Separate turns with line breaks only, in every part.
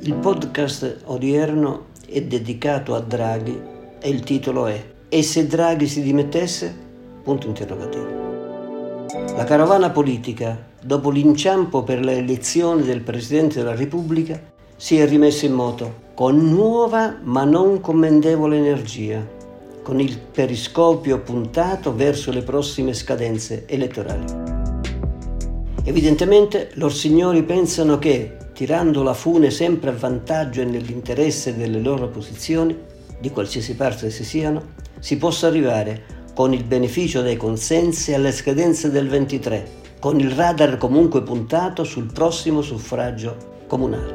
Il podcast odierno è dedicato a Draghi e il titolo è "E se Draghi si dimettesse?". Punto interrogativo. La carovana politica, dopo l'inciampo per le elezioni del Presidente della Repubblica, si è rimessa in moto con nuova ma non commendevole energia, con il periscopio puntato verso le prossime scadenze elettorali. Evidentemente lor signori pensano che, tirando la fune sempre a vantaggio e nell'interesse delle loro posizioni, di qualsiasi parte essi siano, si possa arrivare, con il beneficio dei consensi, alle scadenze del 23, con il radar comunque puntato sul prossimo suffragio comunale.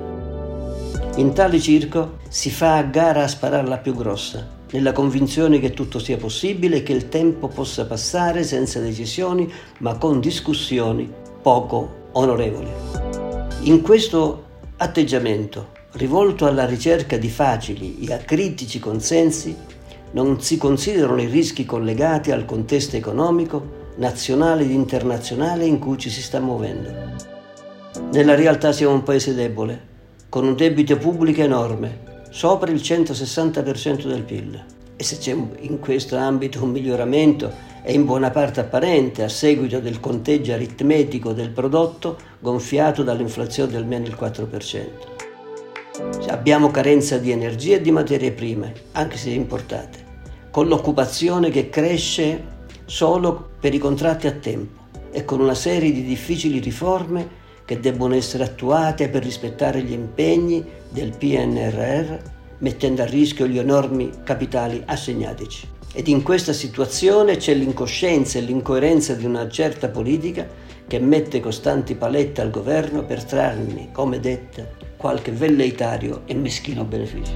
In tale circo si fa a gara a spararla più grossa, nella convinzione che tutto sia possibile e che il tempo possa passare senza decisioni, ma con discussioni poco onorevoli. In questo atteggiamento, rivolto alla ricerca di facili e acritici consensi, non si considerano i rischi collegati al contesto economico, nazionale ed internazionale in cui ci si sta muovendo. Nella realtà siamo un paese debole, con un debito pubblico enorme, sopra il 160% del PIL. E se c'è in questo ambito un miglioramento è in buona parte apparente a seguito del conteggio aritmetico del prodotto gonfiato dall'inflazione del meno il 4%. Abbiamo carenza di energia e di materie prime, anche se importate, con l'occupazione che cresce solo per i contratti a tempo e con una serie di difficili riforme che debbono essere attuate per rispettare gli impegni del PNRR, mettendo a rischio gli enormi capitali assegnatici. Ed in questa situazione c'è l'incoscienza e l'incoerenza di una certa politica che mette costanti palette al governo per trarne, come detta, qualche velleitario e meschino beneficio.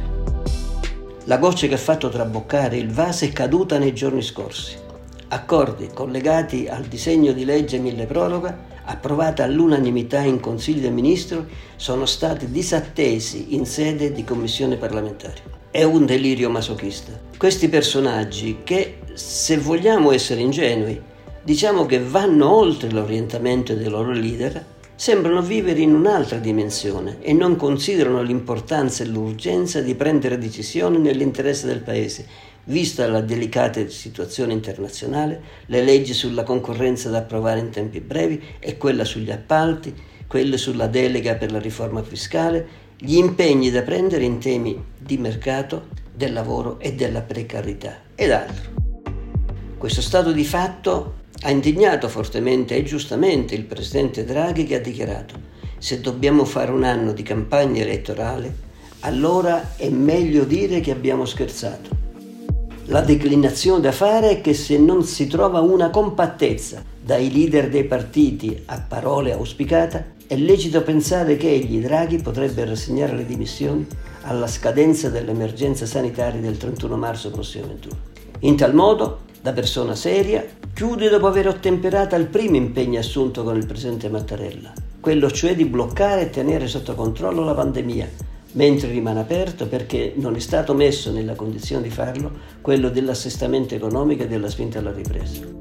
La goccia che ha fatto traboccare il vaso è caduta nei giorni scorsi. Accordi collegati al disegno di legge milleproroga, approvata all'unanimità in Consiglio dei Ministri, sono stati disattesi in sede di commissione parlamentare. È un delirio masochista. Questi personaggi che, se vogliamo essere ingenui, diciamo che vanno oltre l'orientamento dei loro leader, sembrano vivere in un'altra dimensione e non considerano l'importanza e l'urgenza di prendere decisioni nell'interesse del Paese, vista la delicata situazione internazionale, le leggi sulla concorrenza da approvare in tempi brevi e quella sugli appalti, quelle sulla delega per la riforma fiscale, gli impegni da prendere in temi di mercato, del lavoro e della precarietà ed altro. Questo stato di fatto ha indignato fortemente e giustamente il presidente Draghi, che ha dichiarato: se dobbiamo fare un anno di campagna elettorale, allora è meglio dire che abbiamo scherzato. La declinazione da fare è che se non si trova una compattezza dai leader dei partiti a parole auspicata, è lecito pensare che egli, Draghi, potrebbe rassegnare le dimissioni alla scadenza dell'emergenza sanitaria del 31 marzo prossimo 21. In tal modo, da persona seria, chiude dopo aver ottemperato al primo impegno assunto con il presidente Mattarella, quello cioè di bloccare e tenere sotto controllo la pandemia, mentre rimane aperto, perché non è stato messo nella condizione di farlo, quello dell'assestamento economico e della spinta alla ripresa.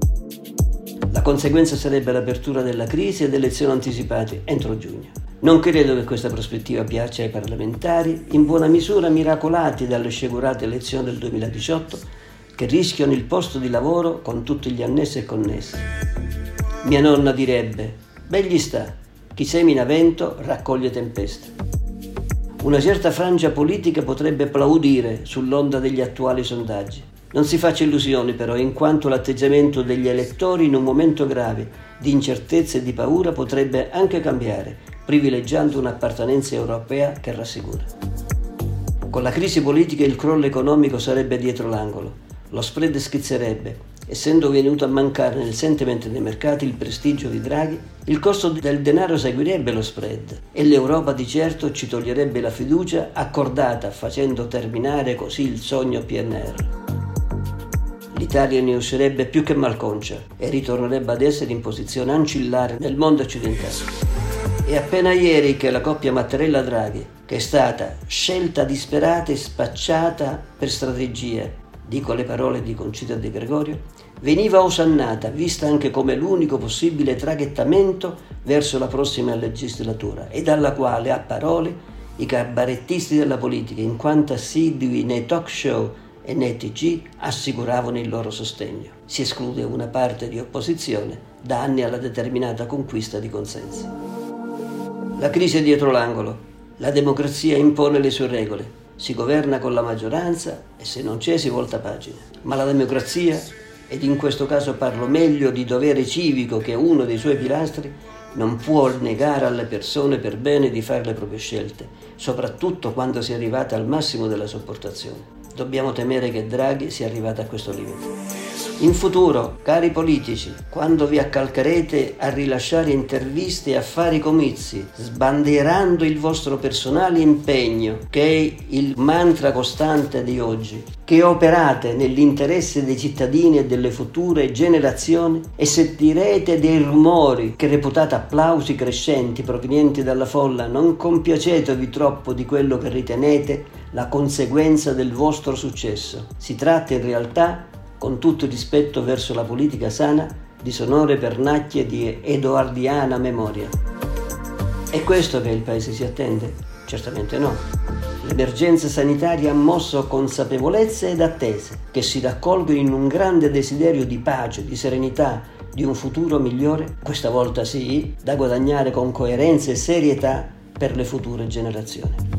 La conseguenza sarebbe l'apertura della crisi ed elezioni anticipate entro giugno. Non credo che questa prospettiva piaccia ai parlamentari, in buona misura miracolati dalle sciagurate elezioni del 2018, che rischiano il posto di lavoro con tutti gli annessi e connessi. Mia nonna direbbe: ben gli sta, chi semina vento raccoglie tempeste. Una certa frangia politica potrebbe applaudire sull'onda degli attuali sondaggi. Non si faccia illusioni però, in quanto l'atteggiamento degli elettori in un momento grave di incertezza e di paura potrebbe anche cambiare, privilegiando un'appartenenza europea che rassicura. Con la crisi politica il crollo economico sarebbe dietro l'angolo, lo spread schizzerebbe, essendo venuto a mancare nel sentimento dei mercati il prestigio di Draghi, il costo del denaro seguirebbe lo spread e l'Europa di certo ci toglierebbe la fiducia accordata, facendo terminare così il sogno PNR. L'Italia ne uscirebbe più che malconcia e ritornerebbe ad essere in posizione ancillare nel mondo occidentale. È appena ieri che la coppia Mattarella-Draghi, che è stata scelta disperata e spacciata per strategie, dico le parole di Concita De Gregorio, veniva osannata, vista anche come l'unico possibile traghettamento verso la prossima legislatura e dalla quale, a parole, I cabarettisti della politica, in quanto assidui nei talk show e nei TG, assicuravano il loro sostegno. Si esclude una parte di opposizione da anni alla determinata conquista di consensi. La crisi è dietro l'angolo. La democrazia impone le sue regole. Si governa con la maggioranza e se non c'è si volta pagina. Ma la democrazia, ed in questo caso parlo meglio di dovere civico che è uno dei suoi pilastri, non può negare alle persone per bene di fare le proprie scelte, soprattutto quando si è arrivata al massimo della sopportazione. Dobbiamo temere che Draghi sia arrivato a questo limite. In futuro, cari politici, quando vi accalcherete a rilasciare interviste e a fare comizi, sbandierando il vostro personale impegno, che è il mantra costante di oggi, che operate nell'interesse dei cittadini e delle future generazioni, e sentirete dei rumori che reputate applausi crescenti provenienti dalla folla, non compiacetevi troppo di quello che ritenete la conseguenza del vostro successo. Si tratta in realtà, con tutto il rispetto verso la politica sana, di sonore pernacchie di edoardiana memoria. È questo che il Paese si attende? Certamente no. L'emergenza sanitaria ha mosso consapevolezze ed attese che si raccolgono in un grande desiderio di pace, di serenità, di un futuro migliore, questa volta sì, da guadagnare con coerenza e serietà per le future generazioni.